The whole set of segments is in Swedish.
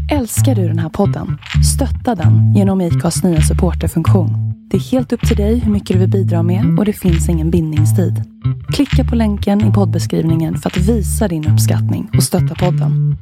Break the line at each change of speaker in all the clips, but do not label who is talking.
Älskar du den här podden? Stötta den genom IKAs nya supporterfunktion. Det är helt upp till dig hur mycket du vill bidra med och det finns ingen bindningstid. Klicka på länken i poddbeskrivningen för att visa din uppskattning och stötta podden.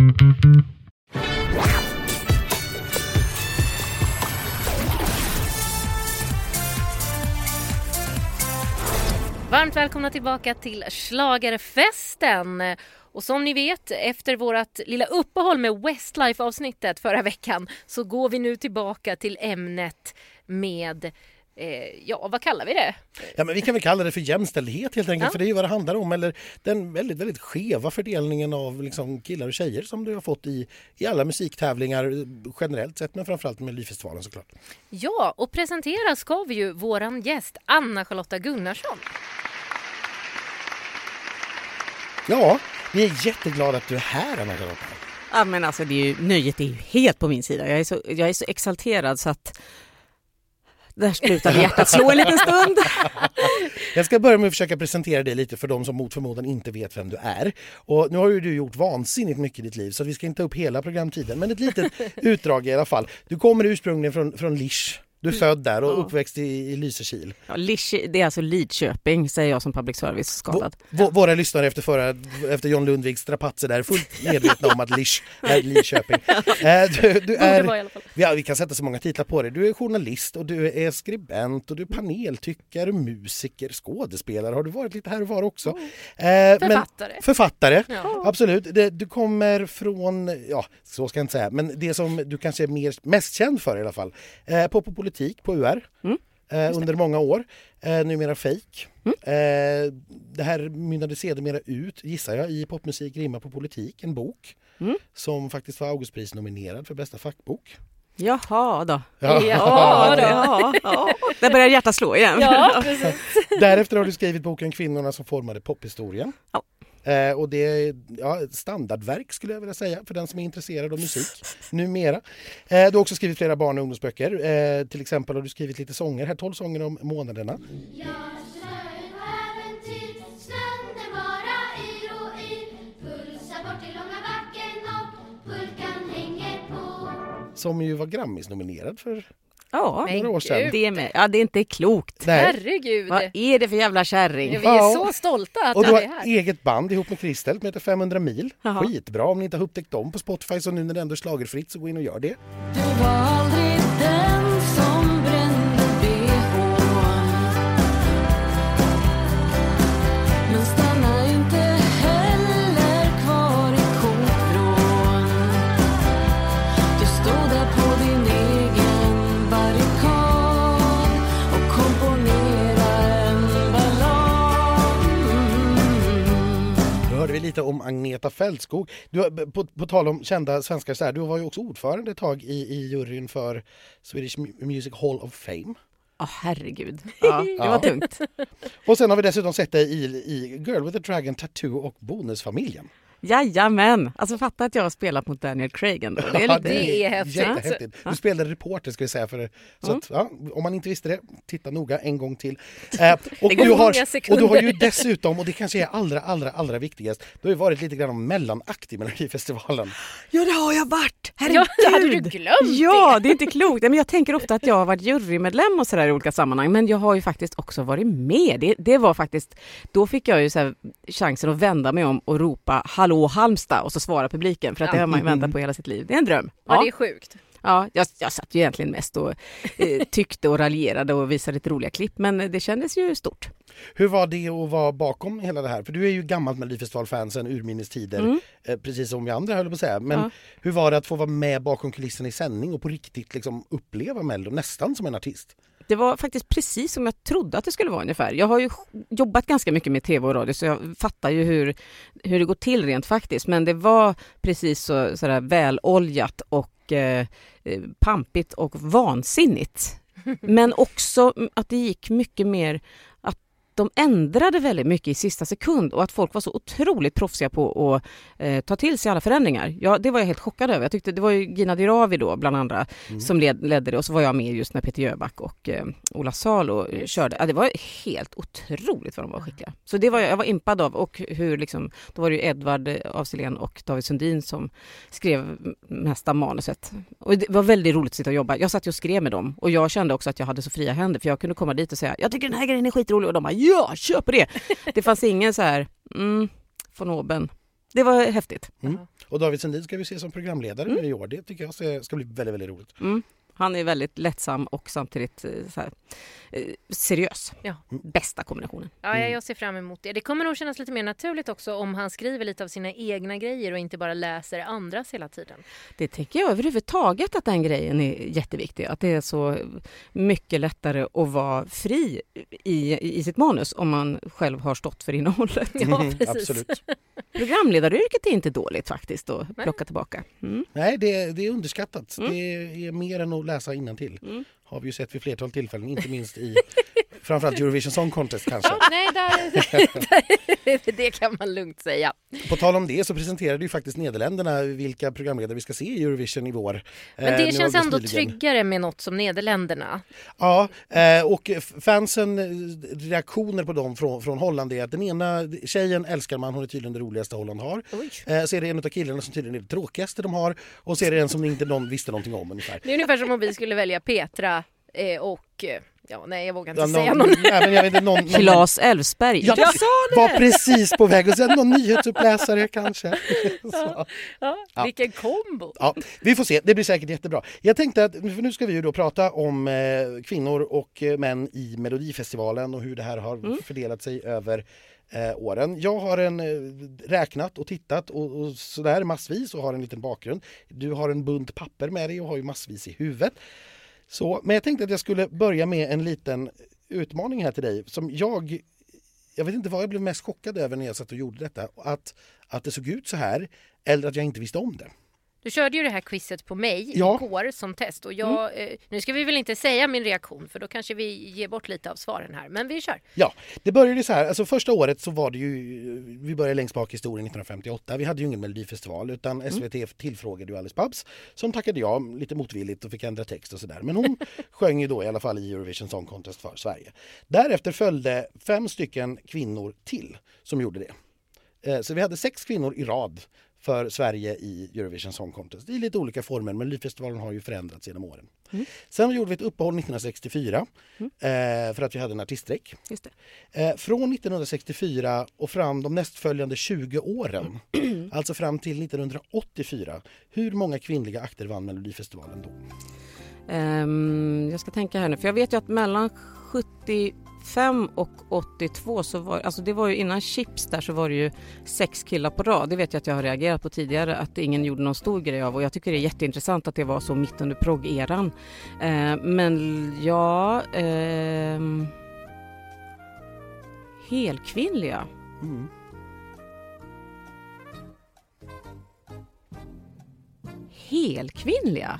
Varmt välkomna tillbaka till Schlagerfesten. Och som ni vet, efter vårt lilla uppehåll med Westlife-avsnittet förra veckan så går vi nu tillbaka till ämnet med, vad kallar vi det?
Ja, men vi kan väl kalla det för jämställdhet helt enkelt, för det är ju vad det handlar om. Eller den väldigt, väldigt skeva fördelningen av liksom killar och tjejer som du har fått i alla musiktävlingar generellt sett, men framförallt med Melodifestivalen såklart.
Ja, och presentera ska vi ju våran gäst Anna-Charlotta Gunnarsson.
Ja, vi är jätteglada att du är här, Anna-Charlotta.
Ja, men alltså nöjet är ju helt på min sida. Jag är så exalterad så att där slutade hjärtat slå en liten stund.
Jag ska börja med att försöka presentera dig lite för de som mot förmodan inte vet vem du är. Och nu har ju du gjort vansinnigt mycket i ditt liv så vi ska inte ta upp hela programtiden, men ett litet utdrag i alla fall. Du kommer ursprungligen från Lisch. Du är född där och uppväxt i Lysekil.
Ja, Lisch, det är alltså Lidköping, säger jag som public service skadad.
Våra lyssnare efter John Lundviks strapatser där är fullt medvetna om att Lisch är Lidköping. Du är, vi kan sätta så många titlar på dig. Du är journalist och du är skribent och du är paneltyckare, musiker, skådespelare. Har du varit lite här och var också? Författare, ja. Absolut. Du kommer från, så ska jag inte säga, men det som du kanske är mest känd för i alla fall. På politik på UR under många år. Numera fake. Det här mynnade sedermera ut, gissar jag, i Popmusik rimmar på politik, en bok som faktiskt var Augustpris-nominerad för bästa fackbok.
Jaha då.
Ja.
Där börjar hjärtat slå igen.
Ja, precis.
Därefter har du skrivit boken Kvinnorna som formade pophistorien. Ja. Och det är ett standardverk skulle jag vilja säga för den som är intresserad av musik numera. Du har också skrivit flera barn- och ungdomsböcker. Till exempel har du skrivit lite sånger, 12 sånger om månaderna. Som ju var Grammis-nominerad för några år sedan.
Det är inte klokt.
Nej.
Herregud.
Vad är det för jävla kärring?
Ja, vi är så stolta att
och du
han
har
är här.
eget band ihop med Kristel som heter 500 mil.
Aha.
Skitbra om ni inte har upptäckt dem på Spotify, så nu när det ändå är schlagerfritt så gå in och gör det.
Du var aldrig den som brände BH, men stanna inte heller kvar i kokvrån. Du stod där på din egen barrikad och komponerade en ballad.
Då hörde vi lite om Agneta Fältskog. Du, på tal om kända svenskar så här, du var ju också ordförande ett tag i juryn för Swedish Music Hall of Fame.
Herregud. Ja, det var tungt.
Och sen har vi dessutom sett dig i Girl with a Dragon Tattoo och Bonusfamiljen.
Jajamän, alltså fatta att jag har spelat mot Daniel Craig ändå.
Det är häftigt.
Jättehäftigt. Du spelade reporter ska vi säga för det. Så att, om man inte visste det, titta noga en gång till. Och du har ju dessutom, och det kanske är allra viktigast, du har ju varit lite grann mellanakt i Melodifestivalen.
Ja, det har jag varit. Herregud.
Ja, hade du glömt
Ja, det är inte klokt. Men jag tänker ofta att jag har varit jurymedlem och sådär i olika sammanhang. Men jag har ju faktiskt också varit med. Det var faktiskt, då fick jag ju så här chansen att vända mig om och ropa hallå Halmstad och så svarar publiken, för att det har man väntat på hela sitt liv. Det är en dröm.
Ja, det är sjukt.
Ja, jag satt ju egentligen mest och tyckte och raljerade och visade lite roliga klipp, men det kändes ju stort.
Hur var det att vara bakom hela det här? För du är ju gammalt Melodifestival-fan sedan urminnes tider, precis som vi andra höll på att säga. Men hur var det att få vara med bakom kulisserna i sändning och på riktigt liksom uppleva Mello nästan som en artist?
Det var faktiskt precis som jag trodde att det skulle vara ungefär. Jag har ju jobbat ganska mycket med tv och radio så jag fattar ju hur det går till rent faktiskt. Men det var precis sådär väloljat och pampigt och vansinnigt. Men också att det gick mycket mer att de ändrade väldigt mycket i sista sekund och att folk var så otroligt proffsiga på att ta till sig alla förändringar. Ja, det var jag helt chockad över. Jag tyckte det var ju Gina Dirawi då bland andra som ledde det, och så var jag med just när Peter Jöback och Ola Salo körde. Ja, det var helt otroligt vad de var skickliga. Så det var jag var impad av, och hur liksom, då var det ju Edvard af Sillén och David Sundin som skrev mesta manuset. Och det var väldigt roligt att sitta och jobba. Jag satt ju och skrev med dem, och jag kände också att jag hade så fria händer, för jag kunde komma dit och säga, jag tycker den här grejen är skitrolig, och de bara, ja, köp det! Det fanns ingen så här, von oben. Det var häftigt.
Och David Sundin ska vi se som programledare i år. Det tycker jag ska bli väldigt, väldigt roligt.
Han är väldigt lättsam och samtidigt så här, seriös.
Ja.
Bästa kombinationen.
Ja, jag ser fram emot det. Det kommer nog kännas lite mer naturligt också om han skriver lite av sina egna grejer och inte bara läser andras hela tiden.
Det tänker jag överhuvudtaget, att den grejen är jätteviktig. Att det är så mycket lättare att vara fri i sitt manus om man själv har stått för innehållet.
Ja, precis.
Absolut.
Programledaryrket är inte dåligt faktiskt att plocka tillbaka.
Nej, det är underskattat. Det är mer än att läsa innantill. Har vi ju sett vid flertal tillfällen, inte minst i framförallt Eurovision Song Contest kanske.
Ja, nej, det kan man lugnt säga.
På tal om det så presenterade ju faktiskt Nederländerna vilka programledare vi ska se i Eurovision i vår.
Men det känns ändå tryggare med något som Nederländerna.
Ja, och fansen reaktioner på dem från Holland är att den ena tjejen älskar man, hon är tydligen det roligaste Holland har. Så är det en av killarna som tydligen är det tråkigaste de har, och så är det en som inte någon visste någonting om ungefär.
Det är ungefär som om vi skulle välja Petra och... Ja, nej, jag vågar inte säga någon.
Jag vet inte, någon
Claes Elfsberg.
Jag var precis på väg och sen någon nyhetsuppläsare kanske.
Vilken kombo.
Ja, vi får se, det blir säkert jättebra. Jag tänkte att för nu ska vi ju då prata om kvinnor och män i Melodifestivalen och hur det här har fördelat sig över åren. Jag har räknat och tittat och sådär massvis och har en liten bakgrund. Du har en bunt papper med dig och har ju massvis i huvudet. Så, men jag tänkte att jag skulle börja med en liten utmaning här till dig som jag vet inte vad jag blev mest chockad över när jag satt och gjorde detta, att det såg ut så här eller att jag inte visste om det.
Du körde ju det här quizet på mig igår som test och jag, nu ska vi väl inte säga min reaktion för då kanske vi ger bort lite av svaren här, men vi kör.
Ja, det började så här, alltså första året så var det ju, vi började längst bak i historien 1958, vi hade ju ingen Melodifestival utan SVT tillfrågade ju Alice Babs som tackade ja lite motvilligt och fick ändra text och sådär, men hon sjöng ju då i alla fall i Eurovision Song Contest för Sverige. Därefter följde 5 stycken kvinnor till som gjorde det. Så vi hade 6 kvinnor i rad för Sverige i Eurovision Song Contest. Det är lite olika former, men Melodifestivalen har ju förändrats genom åren. Sen gjorde vi ett uppehåll 1964 för att vi hade en artiststrejk.
Just det.
Från 1964 och fram de nästföljande 20 åren, alltså fram till 1984, hur många kvinnliga akter vann Melodifestivalen då?
Jag ska tänka här nu, för jag vet ju att mellan 75 och 82 så var, alltså det var ju innan Chips där så var det ju 6 killar på rad. Det vet jag att jag har reagerat på tidigare att ingen gjorde någon stor grej av och jag tycker det är jätteintressant att det var så mitt under progg-eran. Men ja, helkvinnliga. Helkvinnliga?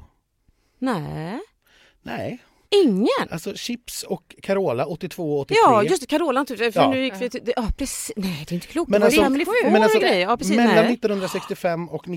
Nej. Ingen?
Alltså Chips och Carola 82 och 83.
Ja, just det, Carola. För nu gick vi till, precis. Nej, det är inte klokt.
Men
alltså,
mellan 1965 och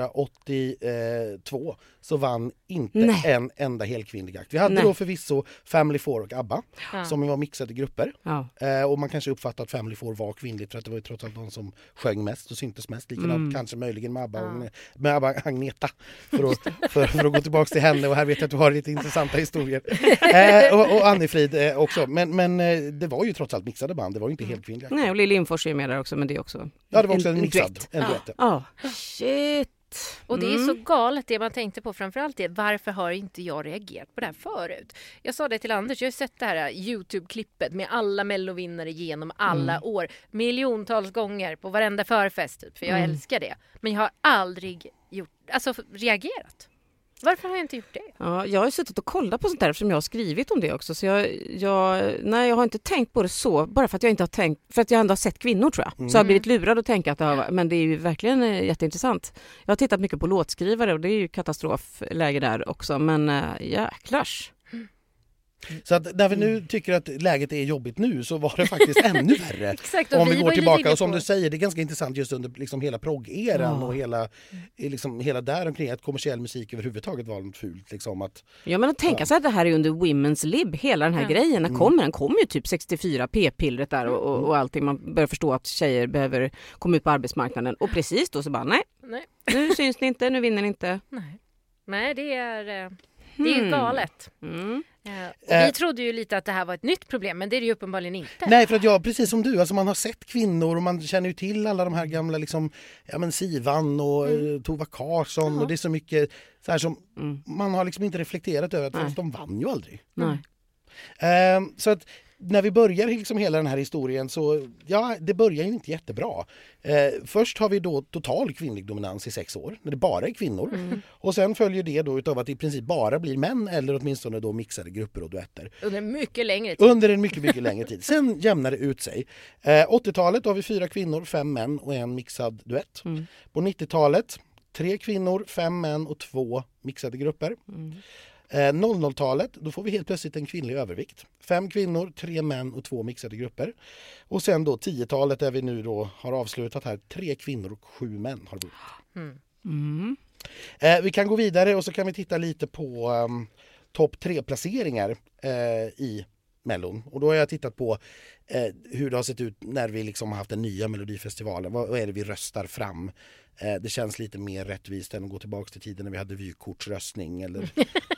1982 så vann inte en enda helkvinnlig akt. Vi hade då förvisso Family Four och ABBA som var mixade grupper. Och man kanske uppfattar att Family Four var kvinnligt för att det var ju trots allt de som sjöng mest och syntes mest. Likadant kanske möjligen med ABBA Agneta för att gå tillbaka till henne. Och här vet jag att du har lite intressanta historier. Och Anni-Frid också. Men det var ju trots allt mixade band. Det var ju inte helt kvinnliga.
Nej, och Lill Lindfors är med där också, men det är också...
Ja, det var också en mixad.
Shit.
Och det är så galet det man tänkte på framförallt är varför har inte jag reagerat på det här förut? Jag sa det till Anders, jag har sett det här YouTube-klippet med alla mellovinnare genom alla år. Miljontals gånger på varenda förfest typ, för jag älskar det. Men jag har aldrig reagerat. Varför har jag inte gjort det? Ja,
jag har suttit och kollat på sånt där eftersom jag har skrivit om det också. Så jag har inte tänkt på det så. Bara för att jag inte har tänkt, för att jag ändå har sett kvinnor tror jag. Så jag har blivit lurad och tänka att men det är ju verkligen jätteintressant. Jag har tittat mycket på låtskrivare och det är ju katastrofläge där också. Men jäklars.
Så att när vi nu tycker att läget är jobbigt nu så var det faktiskt ännu värre.
Exakt,
om vi går tillbaka och som du säger, det är ganska intressant just under liksom hela progg-eran och hela där omkring att kommersiell musik överhuvudtaget var något fult. Liksom att,
men att tänka sig att det här är under Women's Lib, hela den här grejen. Den kommer ju typ 64, p-pillret där och allting. Man börjar förstå att tjejer behöver komma ut på arbetsmarknaden. Och precis då så bara, nej. Nu syns ni inte, nu vinner ni inte.
Nej, det är galet. Och vi trodde ju lite att det här var ett nytt problem, men det är det ju uppenbarligen inte.
Nej, för att precis som du, alltså man har sett kvinnor och man känner ju till alla de här gamla liksom, Sivan och Tova Karlsson och det är så mycket så här som man har liksom inte reflekterat över att de vann ju aldrig.
Nej.
Så att när vi börjar liksom hela den här historien så, det börjar ju inte jättebra. Först har vi då total kvinnlig dominans i 6 år, när det bara är kvinnor. Och sen följer det då utav att det i princip bara blir män, eller åtminstone då mixade grupper och duetter.
Under en mycket längre tid.
Under en mycket, mycket längre tid. Sen jämnar det ut sig. 80-talet har vi 4 kvinnor, 5 män och en mixad duett. På 90-talet 3 kvinnor, 5 män och 2 mixade grupper. 00-talet, då får vi helt plötsligt en kvinnlig övervikt. 5 kvinnor, 3 män och 2 mixade grupper. Och sen då 10-talet där vi nu då har avslutat här, 3 kvinnor och 7 män har vunnit. Vi kan gå vidare och så kan vi titta lite på topp 3-placeringar i Mellon. Och då har jag tittat på hur det har sett ut när vi liksom har haft den nya Melodifestivalen. Vad är det vi röstar fram? Det känns lite mer rättvist än att gå tillbaka till tiden när vi hade vykortsröstning eller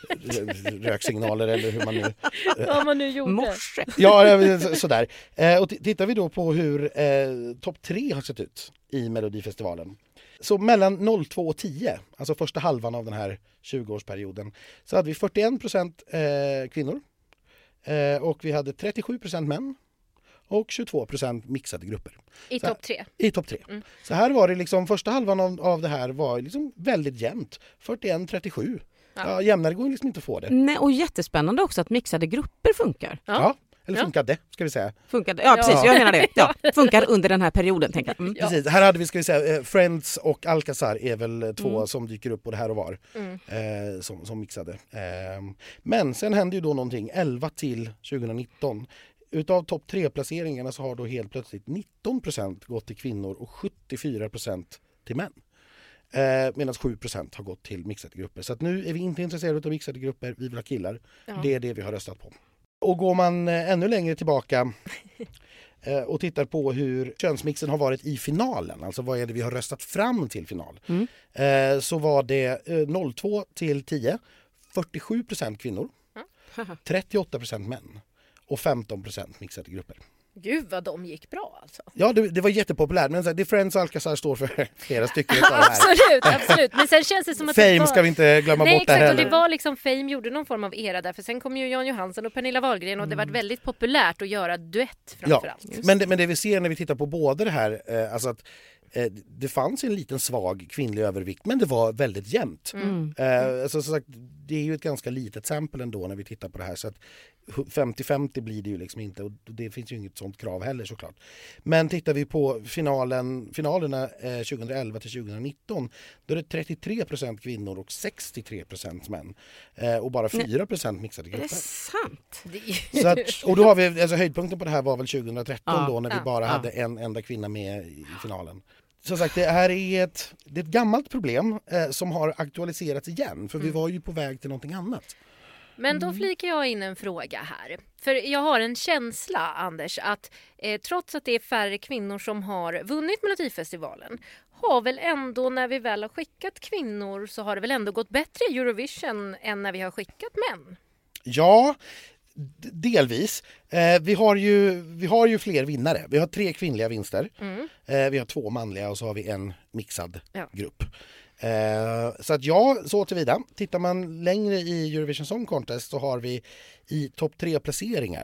röksignaler eller hur man nu...
Vad man nu gjorde.
Morse.
Ja, sådär. Och tittar vi då på hur topp 3 har sett ut i Melodifestivalen. Så mellan 02 och 10, alltså första halvan av den här 20-årsperioden, så hade vi 41% kvinnor. Och vi hade 37% män och 22% mixade grupper.
I topp 3?
I topp 3. Så här var det liksom, första halvan av det här var liksom väldigt jämnt. 41-37. Ja, jämnare går liksom inte att få det.
Nej, och jättespännande också att mixade grupper funkar.
Ja. Eller funkade, ska vi säga.
Funkade, ja precis, jag menar det. Ja, funkar under den här perioden, tänker jag.
Precis, här hade vi, ska vi säga, Friends och Alcazar är väl 2 som dyker upp på det här och var som mixade. Men sen hände ju då någonting 11 till 2019. Utav topp 3-placeringarna så har då helt plötsligt 19% gått till kvinnor och 74% till män. Medan 7% har gått till mixade grupper. Så att nu är vi inte intresserade av mixade grupper, vi vill ha killar. Det är det vi har röstat på. Och går man ännu längre tillbaka och tittar på hur könsmixen har varit i finalen, alltså vad är det vi har röstat fram till final, så var det 02 till 10, 47% kvinnor, 38% män och 15% mixade grupper.
Gud vad de gick bra alltså.
Ja, det var jättepopulärt, men det Friends och Alcazar står för flera stycken.
Absolut. Men sen känns det som att
Fame ska vi inte glömma bort det heller.
Och det var liksom Fame gjorde någon form av era där, för sen kom ju Jan Johansson och Pernilla Wahlgren och det var väldigt populärt att göra duett framförallt.
Ja, men det vi ser när vi tittar på både det här, alltså att det fanns en liten svag kvinnlig övervikt, men det var väldigt jämnt. Alltså, så sagt, det är ju ett ganska litet exempel ändå när vi tittar på det här, så att 50-50 blir det ju liksom inte, och det finns ju inget sånt krav heller såklart. Men tittar vi på finalerna 2011 till 2019, då är det 33% kvinnor och 63% män. Och bara 4% mixade grupper.
Är det sant?
Så att, och då har vi, alltså höjdpunkten på det här var väl 2013 då, när vi bara hade en enda kvinna med i finalen. Som sagt, det här är ett gammalt problem som har aktualiserats igen, för vi var ju på väg till någonting annat.
Men då flikar jag in en fråga här. För jag har en känsla, Anders, att trots att det är färre kvinnor som har vunnit Melodifestivalen, har väl ändå, när vi väl har skickat kvinnor, så har det väl ändå gått bättre i Eurovision än när vi har skickat män?
Ja, delvis. Vi har ju fler vinnare. Vi har 3 kvinnliga vinster. Vi har 2 manliga och så har vi en mixad grupp. Så att så tillvida. Tittar man längre i Eurovision Song Contest så har vi i topp 3-placeringar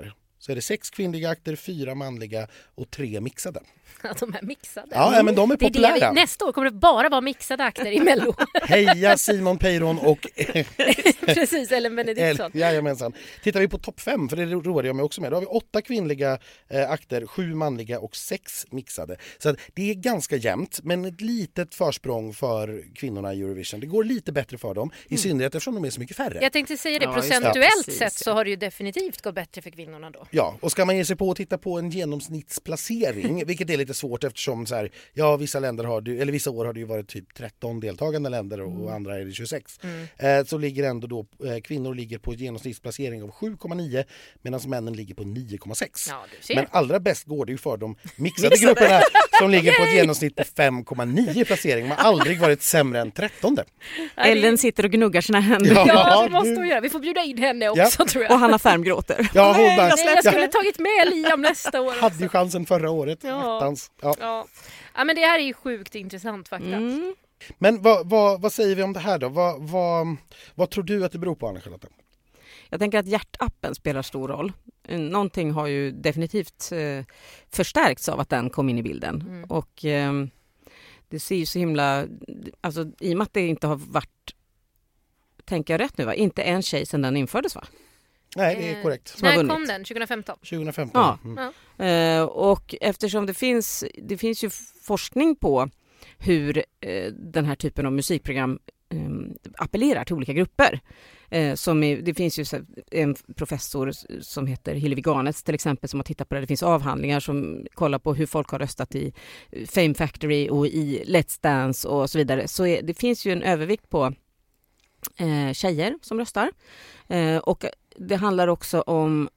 så är det 6 kvinnliga akter, 4 manliga och 3 mixade.
De är mixade.
Ja, men de är populära.
Nästa år kommer det bara vara mixade akter i Mello.
Heja Simon Peyron och
Precis, Ellen Benediktsson.
Jajamensan. Tittar vi på topp 5, för det roade jag mig också med. Då har vi 8 kvinnliga akter, 7 manliga och 6 mixade. Så att det är ganska jämnt, men ett litet försprång för kvinnorna i Eurovision. Det går lite bättre för dem, i synnerhet eftersom de är så mycket färre.
Jag tänkte säga det,
Ja,
procentuellt
precis,
sett så har det ju definitivt gått bättre för kvinnorna då.
Ja, och ska man ge sig på att titta på en genomsnittsplacering, vilket är lite svårt eftersom så här, ja, vissa länder har du, eller vissa år har det ju varit typ 13 deltagande länder och andra är det 26. Så ligger ändå då kvinnor ligger på genomsnittsplacering av 7,9 medan männen ligger på 9,6.
Ja, du ser.
Men allra bäst går det ju för de mixade grupperna som ligger på ett genomsnitt på 5,9 placering. Man har aldrig varit sämre än 13.
Ellen sitter och gnuggar sina händer.
Ja, det måste hon göra. Vi får bjuda in henne också, tror jag.
Och Hanna Färm gråter.
Ja, hon bara,
Jag skulle tagit med Liam nästa år.
hade ju chansen förra året.
Ja. Ja, men det här är ju sjukt intressant fakta.
Men vad säger vi om det här då? Vad tror du att det beror på, Anna-Charlotte?
Jag tänker att hjärtappen spelar stor roll. Någonting har ju definitivt förstärkts av att den kom in i bilden. Och det ser ju så himla... Alltså, i och med att det inte har varit... Tänker jag rätt nu, va? Inte en tjej sedan den infördes, va?
Nej, det är korrekt.
När kom den? 2015?
2015.
Ja. Och eftersom det finns ju forskning på hur den här typen av musikprogram appellerar till olika grupper. Det finns ju en professor som heter Hillevi Garnets till exempel som har tittat på det. Det finns avhandlingar som kollar på hur folk har röstat i Fame Factory och i Let's Dance och så vidare. Så det finns ju en övervikt på tjejer som röstar. Och det handlar också om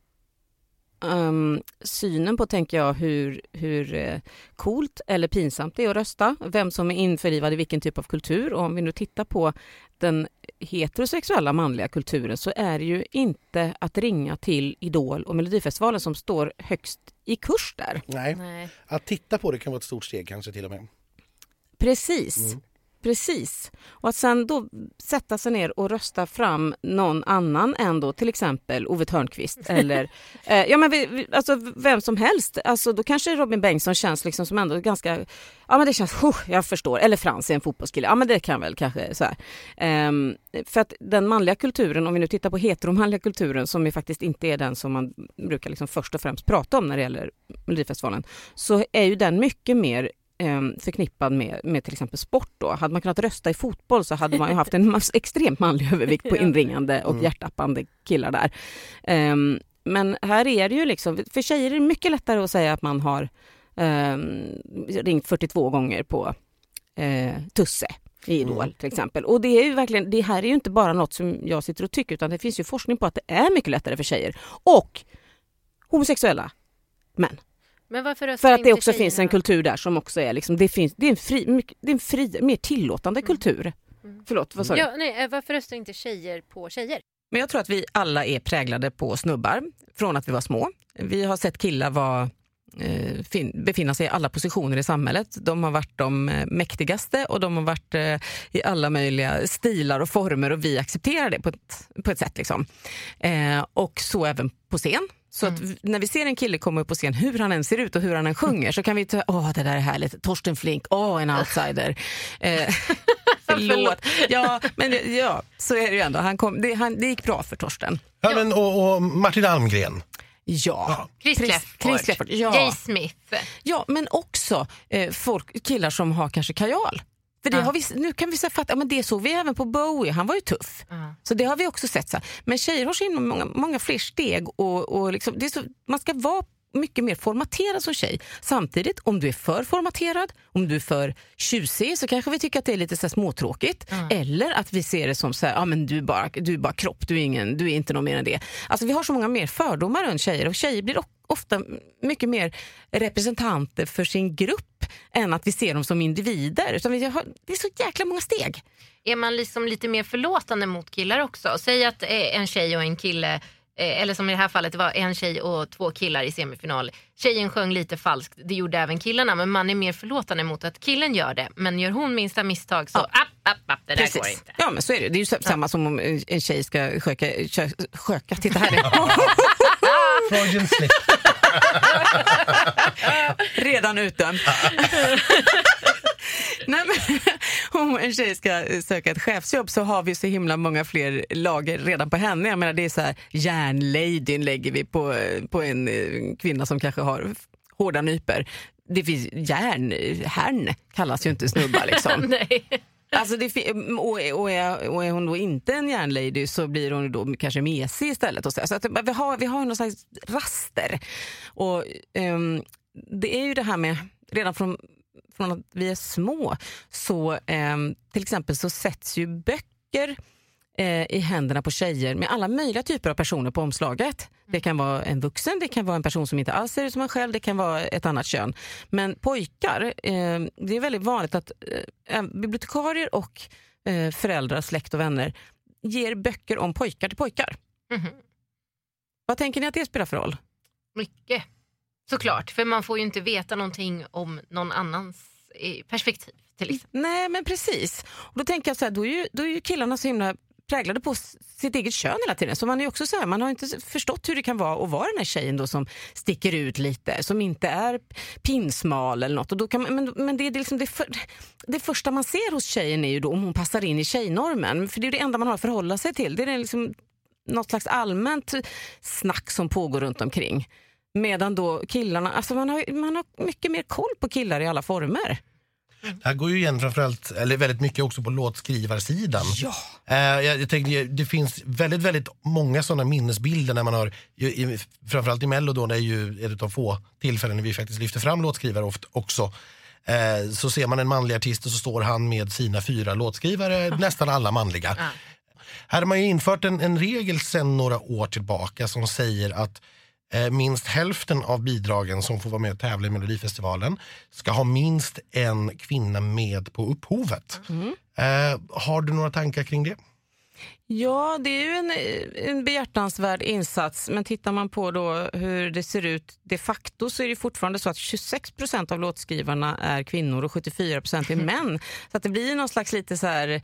synen på, tänker jag, hur coolt eller pinsamt det är att rösta. Vem som är införlivad i vilken typ av kultur. Och om vi nu tittar på den heterosexuella manliga kulturen så är det ju inte att ringa till Idol och Melodifestivalen som står högst i kurs där.
Nej. Att titta på det kan vara ett stort steg kanske till och med.
Precis. Precis. Och att sen då sätta sig ner och rösta fram någon annan än då till exempel Ove Thörnqvist eller alltså vem som helst. Alltså då kanske Robin Bengtsson känns liksom som ändå ganska, ja men det känns, jag förstår. Eller Frans är en fotbollskille. Ja men det kan väl kanske så här. För att den manliga kulturen, om vi nu tittar på heteromanliga kulturen som ju faktiskt inte är den som man brukar liksom först och främst prata om när det gäller Melodifestivalen, så är ju den mycket mer förknippad med till exempel sport då. Hade man kunnat rösta i fotboll så hade man ju haft en extremt manlig övervikt på inringande och hjärtappande killar där. Men här är det ju liksom, för tjejer är det mycket lättare att säga att man har ringt 42 gånger på Tusse i Idol till exempel. Och det är ju verkligen, det här är ju inte bara något som jag sitter och tycker, utan det finns ju forskning på att det är mycket lättare för tjejer och homosexuella män.
Men varför
för att det också finns en kultur där som också är liksom, det är en fri mer tillåtande kultur. Förlåt, vad sa du?
Ja, nej, varför röstar inte tjejer på tjejer?
Men jag tror att vi alla är präglade på snubbar från att vi var små. Vi har sett killar befinna sig i alla positioner i samhället. De har varit de mäktigaste och de har varit i alla möjliga stilar och former, och vi accepterar det på ett sätt liksom. Och så även på scen. Så att när vi ser en kille komma upp på scen, hur han än ser ut och hur han än sjunger, så kan vi ta, det där är härligt. Torsten Flink, en outsider. Förlåt. Ja, men ja, så är det ju ändå. Det gick bra för Torsten.
Ja, men, och Martin Almgren.
Ja.
Chris Clafford.
Ja.
Jay Smith.
Ja, men också killar som har kanske kajal. För det har vi, nu kan vi fatta, men det såg vi även på Bowie, han var ju tuff. Så det har vi också sett. Men tjejer har så många fler steg och liksom, det är så, man ska vara mycket mer formaterad som tjej. Samtidigt, om du är för formaterad, om du är för tjusig, så kanske vi tycker att det är lite så här småtråkigt. Eller att vi ser det som så här, men du är bara kropp, du är inte någon mer än det. Alltså vi har så många mer fördomar runt tjejer, och tjejer blir ofta mycket mer representanter för sin grupp än att vi ser dem som individer. Utan det är så jäkla många steg.
Är man liksom lite mer förlåtande mot killar också? Säg att en tjej och en kille, eller som i det här fallet, det var en tjej och 2 killar i semifinal. Tjejen sjöng lite falskt, det gjorde även killarna, men man är mer förlåtande mot att killen gör det. Men gör hon minsta misstag så det där går inte.
Ja, men så är det. Det är ju samma som om en tjej ska sköka. Titta här.
Freudian slip.
Redan utdömd. Nej, men, om en tjej ska söka ett chefsjobb så har vi så himla många fler lager redan på henne. Jag menar, det är så här, järnladyn lägger vi på en kvinna som kanske har hårda nyper. Det finns järnhärn, kallas ju inte snubbar liksom.
Nej.
Alltså och är hon då inte en järnlady så blir hon då kanske mesig istället. Och så att vi har någon slags raster. Och det är ju det här med, redan från att vi är små så till exempel så sätts ju böcker i händerna på tjejer med alla möjliga typer av personer på omslaget. Det kan vara en vuxen, det kan vara en person som inte alls ser ut som en själv, det kan vara ett annat kön. Men pojkar, det är väldigt vanligt att bibliotekarier och föräldrar, släkt och vänner ger böcker om pojkar till pojkar. Mm-hmm. Vad tänker ni att det spelar för roll?
Mycket, såklart. För man får ju inte veta någonting om någon annans perspektiv till exempel.
Nej, men precis. Och då tänker jag så här, då är ju killarna så himla präglade på sitt eget kön hela tiden. Så man är ju också så här, man har inte förstått hur det kan vara att vara den här tjejen då som sticker ut lite, som inte är pinsmal eller något. Och då kan men det är liksom det första man ser hos tjejen är ju då om hon passar in i tjejnormen. För det är det enda man har att förhålla sig till. Det är liksom något slags allmänt snack som pågår runt omkring. Medan då killarna, alltså man har mycket mer koll på killar i alla former.
Det här går ju igen framförallt, eller väldigt mycket också på låtskrivarsidan.
Ja.
Jag tänkte, det finns väldigt, väldigt många sådana minnesbilder när man har, framförallt i Mello då, det är ju ett av få tillfällen när vi faktiskt lyfter fram låtskrivare ofta också. Så ser man en manlig artist och så står han med sina 4 låtskrivare, nästan alla manliga. Här har man ju infört en regel sedan några år tillbaka som säger att minst hälften av bidragen som får vara med och tävla i Melodifestivalen ska ha minst en kvinna med på upphovet. Har du några tankar kring det?
Ja, det är ju en behjärtansvärd insats, men tittar man på då hur det ser ut de facto så är det fortfarande så att 26% av låtskrivarna är kvinnor och 74% är män. Så att det blir någon slags lite så här...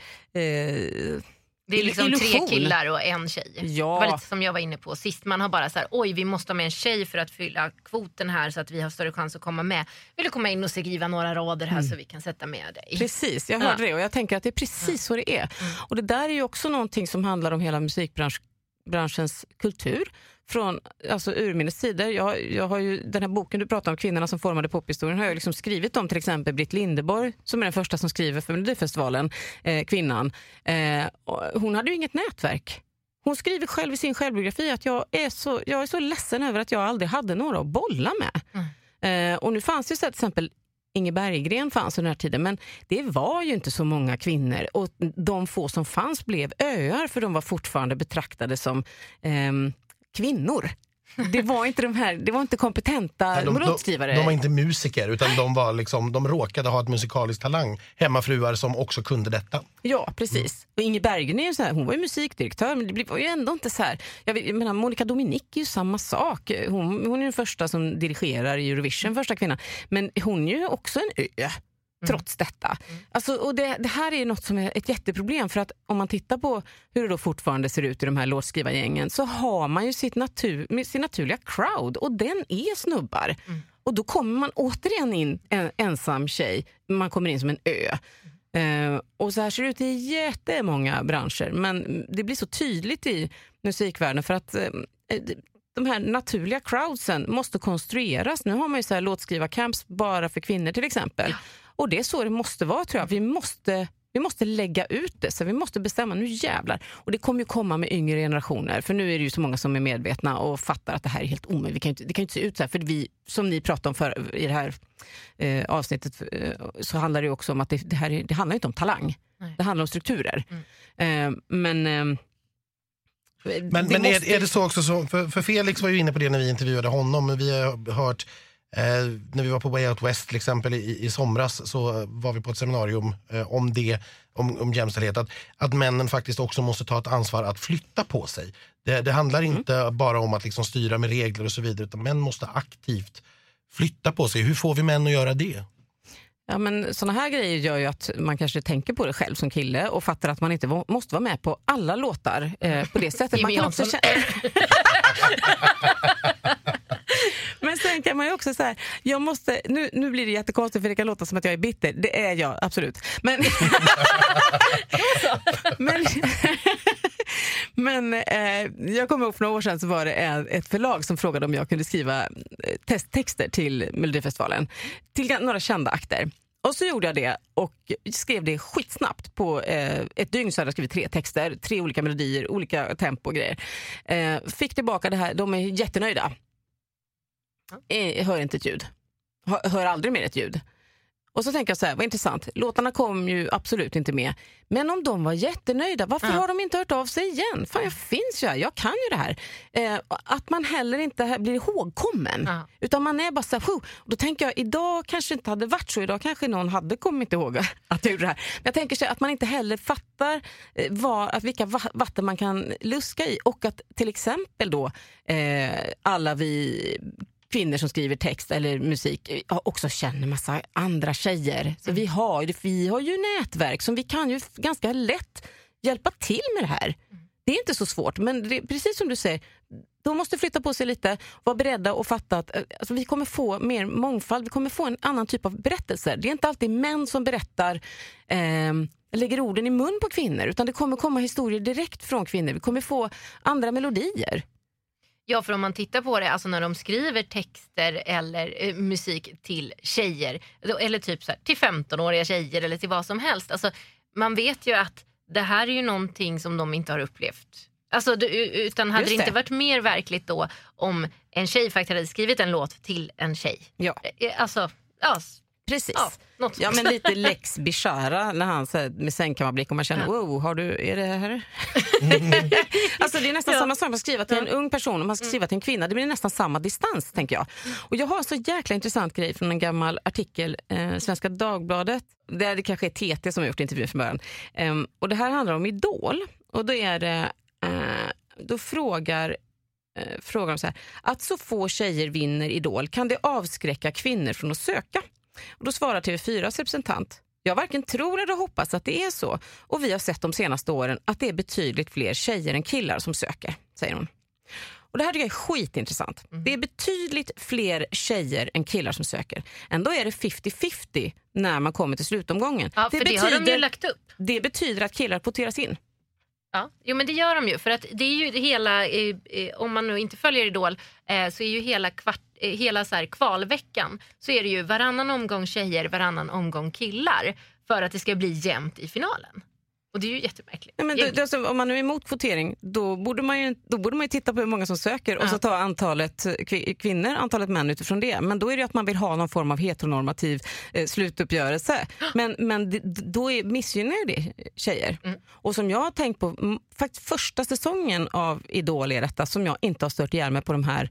Det är liksom
illusion.
3 killar och en tjej.
Ja.
Det var lite som jag var inne på sist. Man har bara så här, oj vi måste ha med en tjej för att fylla kvoten här så att vi har större chans att komma med. Vill du komma in och skriva några rader här så vi kan sätta med dig?
Precis, jag hörde det och jag tänker att det är precis så det är. Och det där är ju också någonting som handlar om hela musikbranschens kultur. Från alltså urminnes tider. Jag har ju den här boken du pratar om, Kvinnorna som formade pophistorien, har jag liksom skrivit om till exempel Britt Lindeborg som är den första som skriver för Melodifestivalen, kvinnan. Hon hade ju inget nätverk. Hon skriver själv i sin självbiografi att jag är så ledsen över att jag aldrig hade några att bolla med. Och nu fanns ju så till exempel Inge Berggren fanns under den här tiden, men det var ju inte så många kvinnor och de få som fanns blev öar för de var fortfarande betraktade som kvinnor. Det var inte kompetenta låtskrivare.
De var inte musiker utan de råkade ha ett musikaliskt talang. Hemmafruar som också kunde detta.
Ja, precis. Och Inge Berggren är ju så här, hon var ju musikdirektör men det var ju ändå inte så här. Jag menar, Monica Dominic är ju samma sak. Hon är den första som dirigerar i Eurovision, första kvinnan. Men hon är ju också en ö. Trots detta. Alltså, och det här är något som är ett jätteproblem för att om man tittar på hur det då fortfarande ser ut i de här låtskrivargängen så har man ju sin naturliga crowd och den är snubbar. Och då kommer man återigen in en ensam tjej, man kommer in som en ö. Och så här ser det ut i jättemånga branscher men det blir så tydligt i musikvärlden för att de här naturliga crowdsen måste konstrueras. Nu har man ju så här låtskrivarcamps bara för kvinnor till exempel. Och det är så det måste vara tror jag. Vi måste lägga ut det så vi måste bestämma nu jävlar. Och det kommer ju komma med yngre generationer för nu är det ju så många som är medvetna och fattar att det här är helt omöjligt. Det kan ju inte se ut så här för vi, som ni pratade om i det här avsnittet så handlar det ju också om att det handlar inte om talang. Nej. Det handlar om strukturer. Men
är det så också för Felix var ju inne på det när vi intervjuade honom, men vi har hört när vi var på Way Out West till exempel i somras så var vi på ett seminarium om jämställdhet att männen faktiskt också måste ta ett ansvar att flytta på sig. Det handlar inte bara om att liksom styra med regler och så vidare utan män måste aktivt flytta på sig. Hur får vi män att göra det?
Ja, men såna här grejer gör ju att man kanske tänker på det själv som kille och fattar att man inte måste vara med på alla låtar på det sättet. Man kan också tänker man ju också så här, jag måste, nu blir det jättekonstigt för det kan låta som att jag är bitter. Det är jag, absolut. Men jag kommer ihåg för några år sedan så var det ett förlag som frågade om jag kunde skriva testtexter till Melodifestivalen till några kända akter. Och så gjorde jag det och skrev det skitsnabbt på ett dygn, så hade jag skrivit 3 texter, 3 olika melodier, olika tempo och grejer. Fick tillbaka det här, de är jättenöjda. Hör inte ett ljud. Hör aldrig mer ett ljud. Och så tänker jag så här, vad intressant. Låtarna kom ju absolut inte med. Men om de var jättenöjda, varför har de inte hört av sig igen? Fan, jag finns ju här, jag kan ju det här. Att man heller inte blir ihågkommen. Utan man är bara så här, då tänker jag, idag kanske inte hade varit så. Idag kanske någon hade kommit ihåg att jag gjorde det här. Men jag tänker så att man inte heller fattar vilka vatten man kan luska i. Och att till exempel då alla vi kvinnor som skriver text eller musik också känner massa andra tjejer. Så vi har ju nätverk som vi kan ju ganska lätt hjälpa till med det här. Det är inte så svårt, men det är precis som du säger, de måste flytta på sig lite, vara beredda och fatta att alltså, vi kommer få mer mångfald, vi kommer få en annan typ av berättelser. Det är inte alltid män som berättar lägger orden i mun på kvinnor, utan det kommer komma historier direkt från kvinnor. Vi kommer få andra melodier.
Ja, för om man tittar på det, alltså när de skriver texter eller musik till tjejer, eller typ så här, till 15-åriga tjejer eller till vad som helst. Alltså, man vet ju att det här är ju någonting som de inte har upplevt. Alltså, utan hade det inte varit mer verkligt då om en tjej faktiskt hade skrivit en låt till en tjej?
Ja.
Alltså, ja.
Precis.
Ja,
men lite Lex Bishara när han säger med sängkammarblick och man känner, wow, är det här? Alltså det är nästan samma sak att skriva till en ung person och man ska skriva till en kvinna. Det blir nästan samma distans, tänker jag. Och jag har en så jäkla intressant grej från en gammal artikel, Svenska Dagbladet. Det kanske är TT som har gjort intervju från början. Och det här handlar om Idol. Och då är det, då frågar de så här, att så få tjejer vinner Idol, kan det avskräcka kvinnor från att söka? Och då svarar TV4s representant, jag varken tror eller hoppas att det är så. Och vi har sett de senaste åren att det är betydligt fler tjejer än killar som söker, säger hon. Och det här tycker jag är skitintressant. Det är betydligt fler tjejer än killar som söker. Ändå är det 50-50 när man kommer till slutomgången.
Ja, för det har de ju lagt upp.
Det betyder att killar kvoteras in.
Ja, jo, men det gör de ju. För att det är ju hela, om man nu inte följer Idol, så är ju hela så här kvalveckan, så är det ju varannan omgång tjejer, varannan omgång killar, för att det ska bli jämnt i finalen. Och det är ju jättemärkligt. Ja, men
alltså, om man nu är emot kvotering, då borde man ju titta på hur många som söker och så ta antalet kvinnor, antalet män utifrån det. Men då är det att man vill ha någon form av heteronormativ slutuppgörelse. Men då missgynnar det tjejer. Och som jag har tänkt på, faktiskt första säsongen av Idol är detta, som jag inte har stört ihjäl mig på de här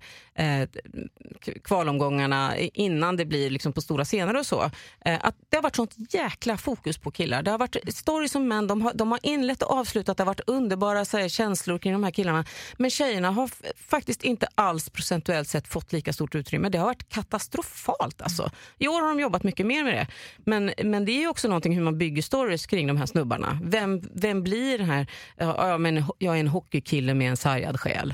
kvalomgångarna innan det blir liksom på stora scener och så. Att det har varit sånt jäkla fokus på killar. Det har varit stories som män, de har inlett och avslutat, det har varit underbara känslor kring de här killarna. Men tjejerna har faktiskt inte alls procentuellt sett fått lika stort utrymme. Det har varit katastrofalt alltså. I år har de jobbat mycket mer med det. Men det är ju också någonting hur man bygger stories kring de här snubbarna. Vem blir den här, men jag är en hockeykille med en sargad själ.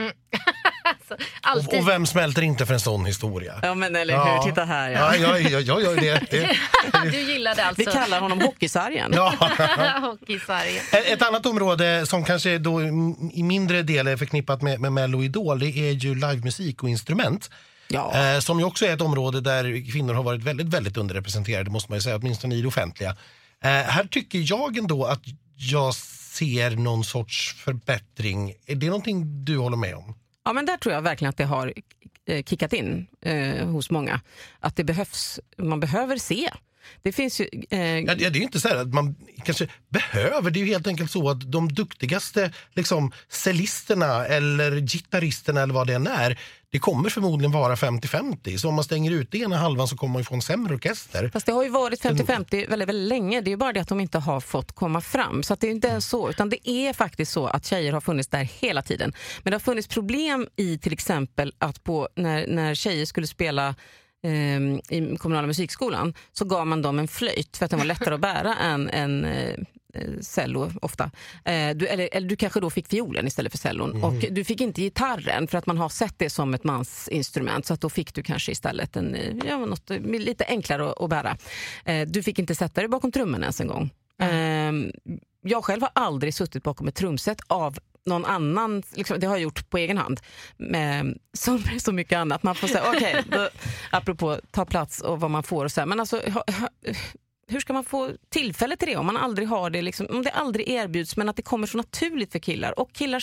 Alltså,
och vem smälter inte för en sån historia?
Ja, men eller hur, titta här.
Ja, jag gör det.
Du gillade alltså.
Vi kallar honom hockeysargen.
Hockeysargen.
Ett annat område som kanske då i mindre del är förknippat med Mello Idol, det är ju livemusik och instrument.
Ja.
Som ju också är ett område där kvinnor har varit väldigt, väldigt underrepresenterade, måste man ju säga, åtminstone i det offentliga. Här tycker jag ändå att jag ser någon sorts förbättring. Är det någonting du håller med om?
Ja, men där tror jag verkligen att det har kickat in hos många. Att det behövs, man behöver se. Det finns ju... det är
ju inte så här att man kanske behöver. Det är ju helt enkelt så att de duktigaste liksom, cellisterna eller gitarristerna eller vad det än är, det kommer förmodligen vara 50-50. Så om man stänger ut det ena halvan så kommer man ju få en sämre orkester.
Fast det har ju varit 50-50 väldigt, väldigt länge. Det är ju bara det att de inte har fått komma fram. Så att det är inte så. Utan det är faktiskt så att tjejer har funnits där hela tiden. Men det har funnits problem i till exempel att när tjejer skulle spela i kommunala musikskolan så gav man dem en flöjt för att den var lättare att bära än en cello ofta. Eller du kanske då fick fiolen istället för cellon. Och du fick inte gitarren för att man har sett det som ett mansinstrument, så att då fick du kanske istället något lite enklare att bära. Du fick inte sätta dig bakom trummen ens en gång. Jag själv har aldrig suttit bakom ett trumset av någon annan, liksom, det har jag gjort på egen hand som så mycket annat. Man får säga okej, apropå ta plats och vad man får och så här. Men alltså hur ska man få tillfälle till det om man aldrig har det, liksom, om det aldrig erbjuds, men att det kommer så naturligt för killar, och killar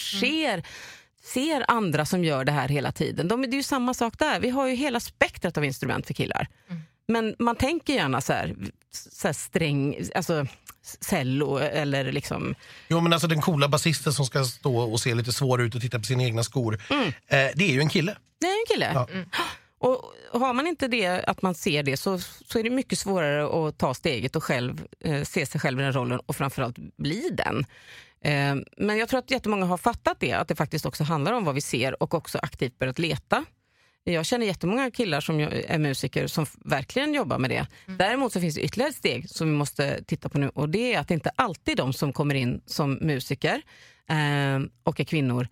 ser andra som gör det här hela tiden. Det är ju samma sak där. Vi har ju hela spektrat av instrument för killar. Men man tänker gärna så här sträng, alltså cello eller liksom...
Jo, men alltså den coola basisten som ska stå och se lite svår ut och titta på sina egna skor, det är ju en kille.
Det är en kille. Ja. Och har man inte det, att man ser det, så är det mycket svårare att ta steget och själv se sig själv i den rollen och framförallt bli den. Men jag tror att jättemånga har fattat det, att det faktiskt också handlar om vad vi ser och också aktivt börjat leta. Jag känner jättemånga killar som är musiker som verkligen jobbar med det. Däremot så finns det ytterligare ett steg som vi måste titta på nu, och det är att det inte alltid de som kommer in som musiker och är kvinnor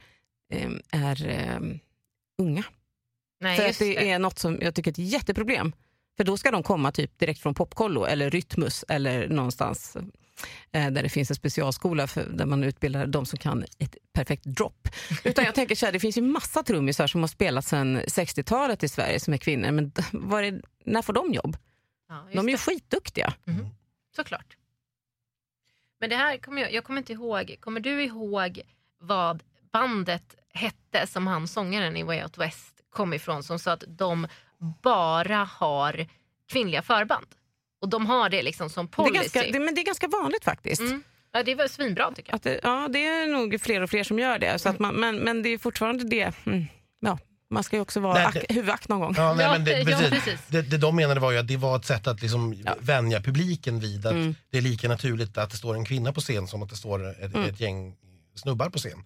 är unga.
Nej,
för att det är något som jag tycker är ett jätteproblem. För då ska de komma typ direkt från Popkollo eller Rytmus eller någonstans där det finns en specialskola där man utbildar de som kan ett perfekt drop. Utan jag tänker så här, det finns ju massa trummisar som har spelat sedan 60-talet i Sverige som är kvinnor, men när får de jobb?
Ja,
de är ju skitduktiga.
Såklart. Men det här jag kommer inte ihåg. Kommer du ihåg vad bandet hette som han, sångaren i Way Out West, kom ifrån, som sa att de bara har kvinnliga förband? Och de har det liksom som policy.
Men det är ganska vanligt faktiskt.
Ja, det var svinbra tycker jag.
Det är nog fler och fler som gör det. Så att men det är fortfarande det. Ja, man ska ju också vara huvudakt någon gång.
Ja, men precis. Det de menade var ju att det var ett sätt att liksom vänja publiken vid att det är lika naturligt att det står en kvinna på scen som att det står ett gäng snubbar på scen.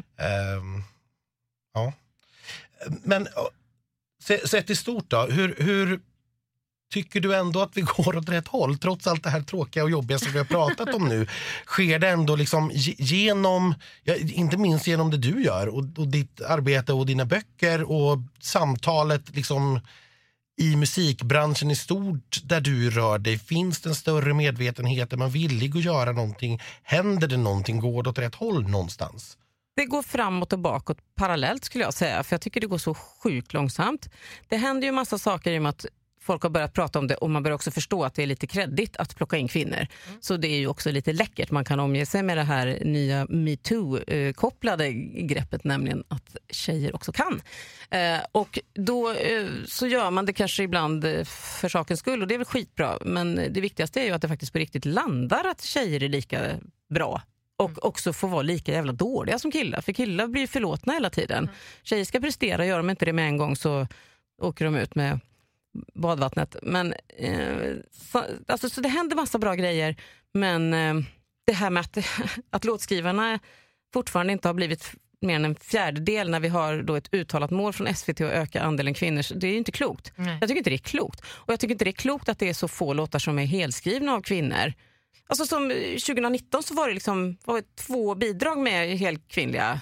Ja. Men sett i stort då, hur tycker du ändå att vi går åt rätt håll trots allt det här tråkiga och jobbiga som vi har pratat om nu? Sker det ändå liksom genom, inte minst genom det du gör och ditt arbete och dina böcker och samtalet liksom i musikbranschen i stort där du rör dig? Finns det en större medvetenhet? Är man villig att göra någonting? Händer det någonting? Går det åt rätt håll någonstans?
Det går framåt och bakåt parallellt skulle jag säga, för jag tycker det går så sjukt långsamt. Det händer ju massa saker i och med att folk har börjat prata om det, och man börjar också förstå att det är lite kreddigt att plocka in kvinnor. Så det är ju också lite läckert. Man kan omge sig med det här nya MeToo-kopplade greppet, nämligen att tjejer också kan. Och då så gör man det kanske ibland för sakens skull, och det är väl skitbra. Men det viktigaste är ju att det faktiskt på riktigt landar att tjejer är lika bra. Och också få vara lika jävla dåliga som killar. För killar blir förlåtna hela tiden. Tjejer ska prestera, gör de inte det med en gång så åker de ut med badvattnet. Men så det händer massa bra grejer. Men det här med att låtskrivarna fortfarande inte har blivit mer än en fjärdedel när vi har då ett uttalat mål från SVT att öka andelen kvinnor, det är ju inte klokt. Nej. Jag tycker inte det är klokt. Och jag tycker inte det är klokt att det är så få låtar som är helskrivna av kvinnor. Alltså som 2019 så var det liksom 2 bidrag med helkvinnliga.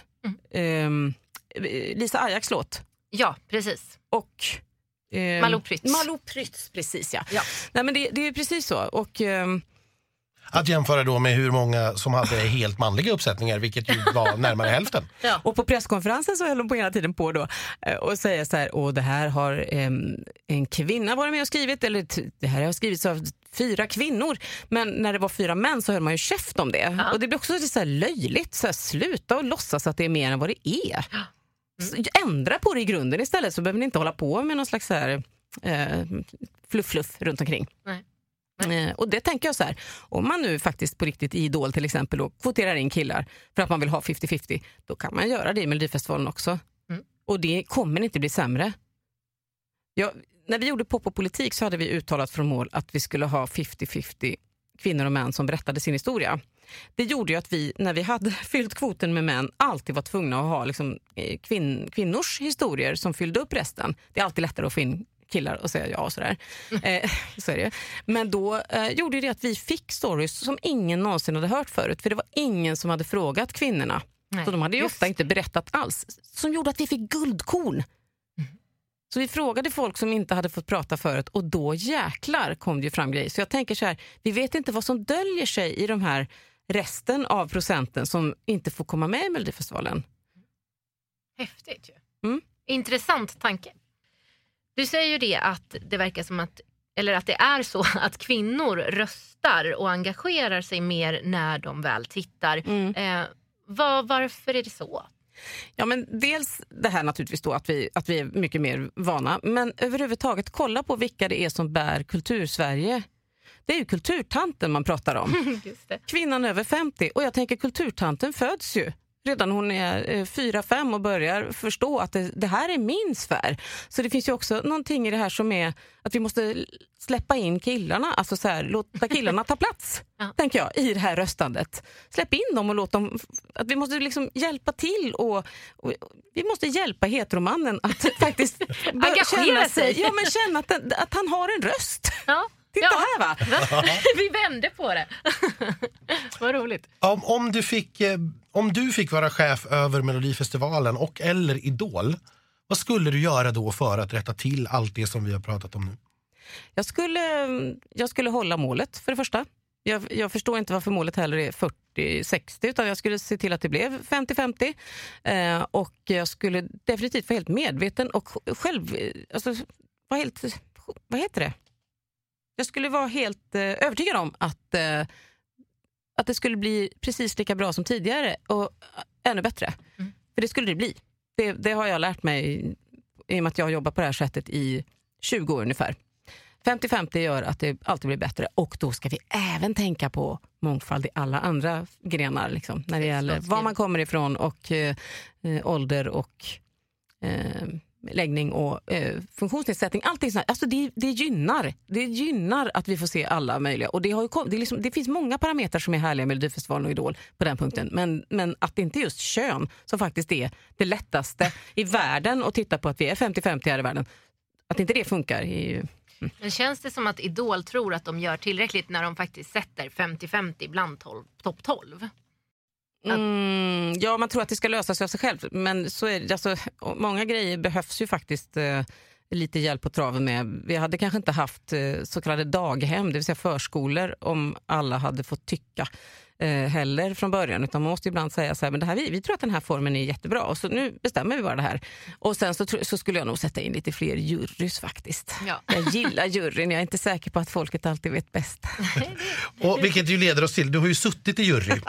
Lisa Ajax låt.
Ja, precis.
Och
Malou
Prytz, precis ja. Nej, men det är precis så. Och
att jämföra då med hur många som hade helt manliga uppsättningar, vilket ju var närmare hälften.
Ja. Och på presskonferensen så höll de på hela tiden på då och säga så här, och det här har en kvinna varit med och skrivit, eller det här har skrivits av 4 kvinnor. Men när det var 4 män så höll man ju käft om det. Ja. Och det blir också så här löjligt, så här, sluta och låtsas att det är mer än vad det är. Ändra på det i grunden istället, så behöver ni inte hålla på med någon slags så här, fluff runt omkring. Nej. Och det tänker jag så här, om man nu faktiskt på riktigt i Idol till exempel och kvoterar in killar för att man vill ha 50-50, då kan man göra det i Melodifestivalen också. Och det kommer inte bli sämre. När vi gjorde Pop och politik så hade vi uttalat från mål att vi skulle ha 50-50 kvinnor och män som berättade sin historia. Det gjorde ju att vi, när vi hade fyllt kvoten med män, alltid var tvungna att ha liksom, kvinnors historier som fyllde upp resten. Det är alltid lättare att få in killar och säga ja och sådär. Så är det. Men då gjorde det att vi fick stories som ingen någonsin hade hört förut. För det var ingen som hade frågat kvinnorna. Nej, så de hade ju ofta inte berättat alls. Som gjorde att vi fick guldkorn. Så vi frågade folk som inte hade fått prata förut och då jäklar kom det ju fram grejer. Så jag tänker så här, vi vet inte vad som döljer sig i de här resten av procenten som inte får komma med i Melodifestivalen.
Häftigt ju. Intressant tanke. Du säger ju det att det verkar som att, eller att det är så att kvinnor röstar och engagerar sig mer när de väl tittar. Varför är det så?
Ja, men dels det här naturligtvis då att vi är mycket mer vana, men överhuvudtaget kolla på vilka det är som bär Kultursverige. Det är ju kulturtanten man pratar om.
Just det.
Kvinnan över 50, och jag tänker kulturtanten föds ju redan hon är 4-5 och börjar förstå att det här är min sfär. Så det finns ju också någonting i det här som är att vi måste släppa in killarna, alltså så här, låta killarna ta plats, tänker jag, i det här röstandet. Släpp in dem och låt dem, att vi måste liksom hjälpa till och vi måste hjälpa heteromannen att faktiskt
engagera sig.
Ja, men känna att han har en röst.
Ja.
Titta här va?
Vi vände på det. Vad roligt.
Om du fick vara chef över Melodifestivalen och eller Idol, vad skulle du göra då för att rätta till allt det som vi har pratat om nu?
Jag skulle hålla målet för det första. Jag förstår inte varför målet heller är 40-60, utan jag skulle se till att det blev 50-50. Och jag skulle definitivt vara helt medveten och själv, alltså, vara helt, vad heter det? Jag skulle vara helt övertygad om att det skulle bli precis lika bra som tidigare och ännu bättre. För det skulle det bli. Det har jag lärt mig i och med att jag har jobbat på det här sättet i 20 år ungefär. 50-50 gör att det alltid blir bättre, och då ska vi även tänka på mångfald i alla andra grenar liksom, när det gäller var man kommer ifrån och ålder och läggning och funktionsnedsättning, allting sånt. Alltså det gynnar att vi får se alla möjliga, och det finns många parametrar som är härliga med Melodifestivalen och Idol på den punkten, men att det inte är just kön som faktiskt är det lättaste i världen att titta på, att vi är 50-50 här i världen, att inte det funkar är ju...
Men känns det som att Idol tror att de gör tillräckligt när de faktiskt sätter 50-50 bland topp 12?
Ja, man tror att det ska lösa sig av sig själv, men så är det, alltså, många grejer behövs ju faktiskt lite hjälp på traven med. Vi hade kanske inte haft så kallade daghem, det vill säga förskolor, om alla hade fått tycka heller från början, utan man måste ibland säga så här, men det här, vi tror att den här formen är jättebra, och så nu bestämmer vi bara det här. Och sen så skulle jag nog sätta in lite fler jurys faktiskt. Ja. Jag gillar juryn, jag är inte säker på att folket alltid vet bäst.
Och vilket ju leder oss till, du har ju suttit i jury.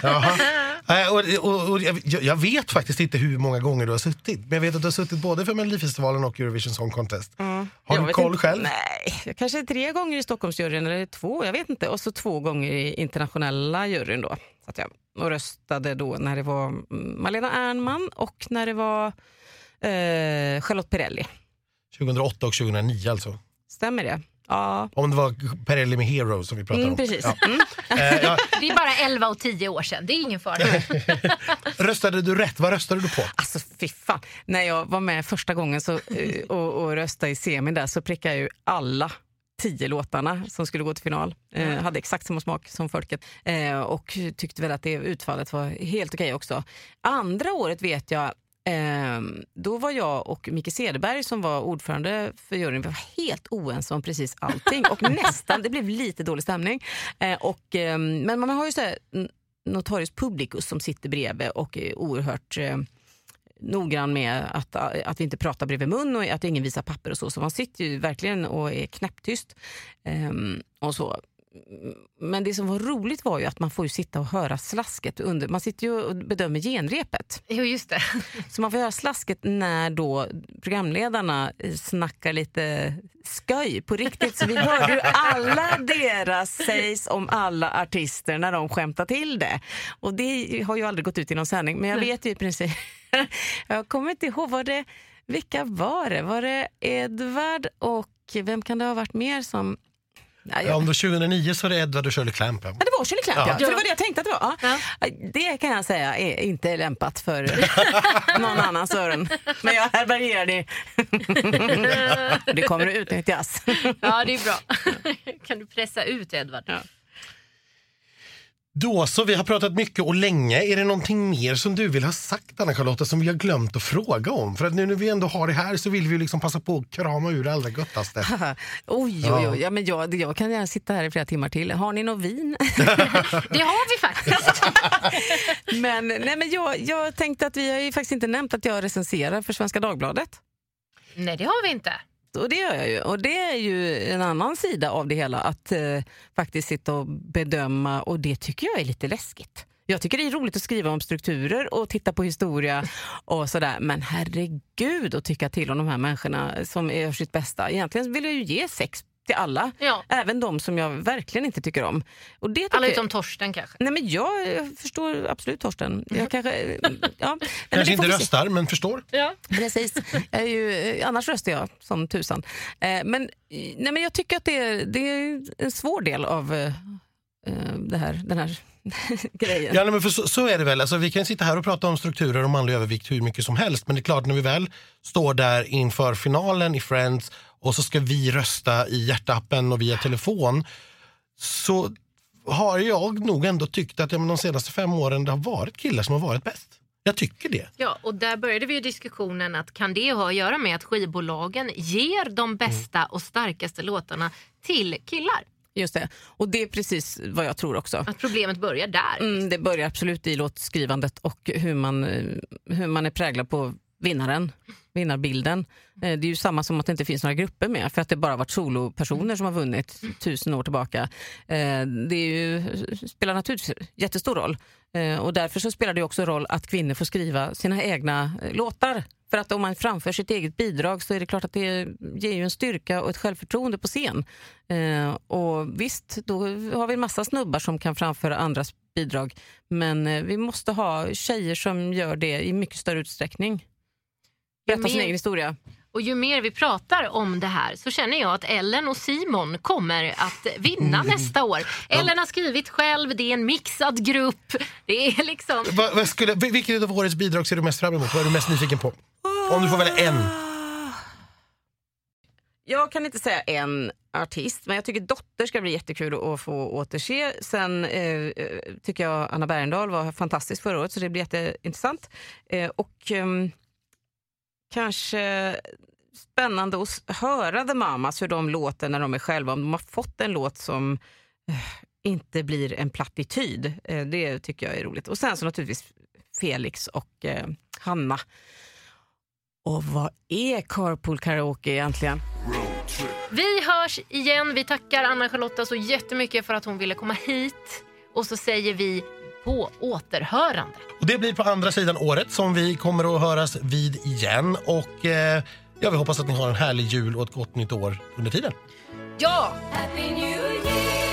Och jag vet faktiskt inte hur många gånger du har suttit, men jag vet att du har suttit både för Melodifestivalen och Eurovision Song Contest. Har du koll själv?
Nej, kanske 3 gånger i Stockholmsjuryn eller 2, jag vet inte, och så 2 gånger i internationella juryn då. Så att jag röstade då när det var Malena Ernman och när det var Charlotte Perrelli.
2008 och 2009 alltså.
Stämmer det? Ja.
Om det var Perrelli med Hero som vi pratade om.
Precis.
Ja.
Det är bara 11 och 10 år sedan, det är ingen fara.
Röstade du rätt? Vad röstade du på?
Alltså fy fan. När jag var med första gången så, och röstade i semin där, så prickade jag ju alla 10 låtarna som skulle gå till final. Hade exakt samma smak som folket. Och tyckte väl att det utfallet var helt okej också. Andra året vet jag, då var jag och Micke Cederberg som var ordförande för juryn, vi var helt oense om precis allting och nästan, det blev lite dålig stämning, men man har ju så här notarius publicus som sitter bredvid och är oerhört noggrann med att vi inte pratar bredvid mun och att ingen visar papper och så man sitter ju verkligen och är knäpptyst och så. Men det som var roligt var ju att man får ju sitta och höra slasket under. Man sitter ju och bedömer genrepet.
Jo, just det.
Så man får höra slasket när då programledarna snackar lite skoj på riktigt. Så vi hörde ju alla deras sägs om alla artister när de skämtar till det. Och det har ju aldrig gått ut i någon sändning. Men jag vet ju i princip. Jag kommer inte ihåg vilka var det? Var det Edvard och vem kan det ha varit mer som...
Ja, om det var 2009 så är det Edward och Shirley Clamp.
Ja, det var Shirley Clamp, ja. För det var det jag tänkte att det var. Ja. Det kan jag säga är inte lämpat för någon annans öron. Men jag härbärgerar det. Det kommer att utnyttjas.
Ja, det är bra. Kan du pressa ut Edward?
Ja.
Då så, vi har pratat mycket och länge. Är det någonting mer som du vill ha sagt, Anna-Charlotta, som vi har glömt att fråga om? För att nu när vi ändå har det här så vill vi liksom passa på att krama ur det allra göttaste.
Oj. Ja, men jag kan gärna sitta här i flera timmar till. Har ni någon vin?
Det har vi faktiskt.
Men jag tänkte att vi har ju faktiskt inte nämnt att jag recenserar för Svenska Dagbladet.
Nej, det har vi inte.
Och det gör jag ju. Och det är ju en annan sida av det hela, att faktiskt sitta och bedöma, och det tycker jag är lite läskigt. Jag tycker det är roligt att skriva om strukturer och titta på historia och sådär, men herregud att tycka till om de här människorna som gör sitt bästa. Egentligen vill jag ju ge sex till alla, även de som jag verkligen inte tycker om. Och det
alla utom Torsten kanske?
Nej, men jag förstår absolut Torsten. Jag kanske
kanske inte röstar, men förstår.
Ja, precis. Annars röstar jag som tusan. Men jag tycker att det är en svår del av den här grejen.
Ja, men för så är det väl. Alltså, vi kan sitta här och prata om strukturer och manlig övervikt hur mycket som helst, men det är klart, när vi väl står där inför finalen i Friends och så ska vi rösta i hjärtappen och via telefon, så har jag nog ändå tyckt att de senaste 5 åren det har varit killar som har varit bäst. Jag tycker det.
Ja, och där började vi ju diskussionen att kan det ha att göra med att skivbolagen ger de bästa och starkaste låtarna till killar?
Just det. Och det är precis vad jag tror också.
Att problemet börjar där.
Det börjar absolut i låtskrivandet och hur man är präglad på vinnarbilden. Det är ju samma som att det inte finns några grupper med, för att det bara har varit solopersoner som har vunnit 1000 år tillbaka. Det spelar naturligtvis jättestor roll. Och därför så spelar det också roll att kvinnor får skriva sina egna låtar. För att om man framför sitt eget bidrag så är det klart att det ger ju en styrka och ett självförtroende på scen. Och visst, då har vi en massa snubbar som kan framföra andras bidrag. Men vi måste ha tjejer som gör det i mycket större utsträckning. Berätta sin egen historia.
Och ju mer vi pratar om det här så känner jag att Ellen och Simon kommer att vinna nästa år. Ellen har skrivit själv, det är en mixad grupp. Det är liksom...
Vilket av årets bidrag ser du mest fram emot? Vad är du mest nyfiken på? Om du får välja en.
Jag kan inte säga en artist, men jag tycker Dotter ska bli jättekul att få återse. Sen tycker jag Anna Bergendahl var fantastisk förra året, så det blir jätteintressant. Och kanske spännande att höra The Mamas, hur de låter när de är själva. Om de har fått en låt som inte blir en plattityd. Det tycker jag är roligt. Och sen så naturligtvis Felix och Hanna. Och vad är Carpool Karaoke egentligen?
Vi hörs igen. Vi tackar Anna-Charlotta så jättemycket för att hon ville komma hit. Och så säger vi på återhörande.
Och det blir på andra sidan året som vi kommer att höras vid igen. Och vi hoppas att ni har en härlig jul och ett gott nytt år under tiden.
Ja!
Happy New Year!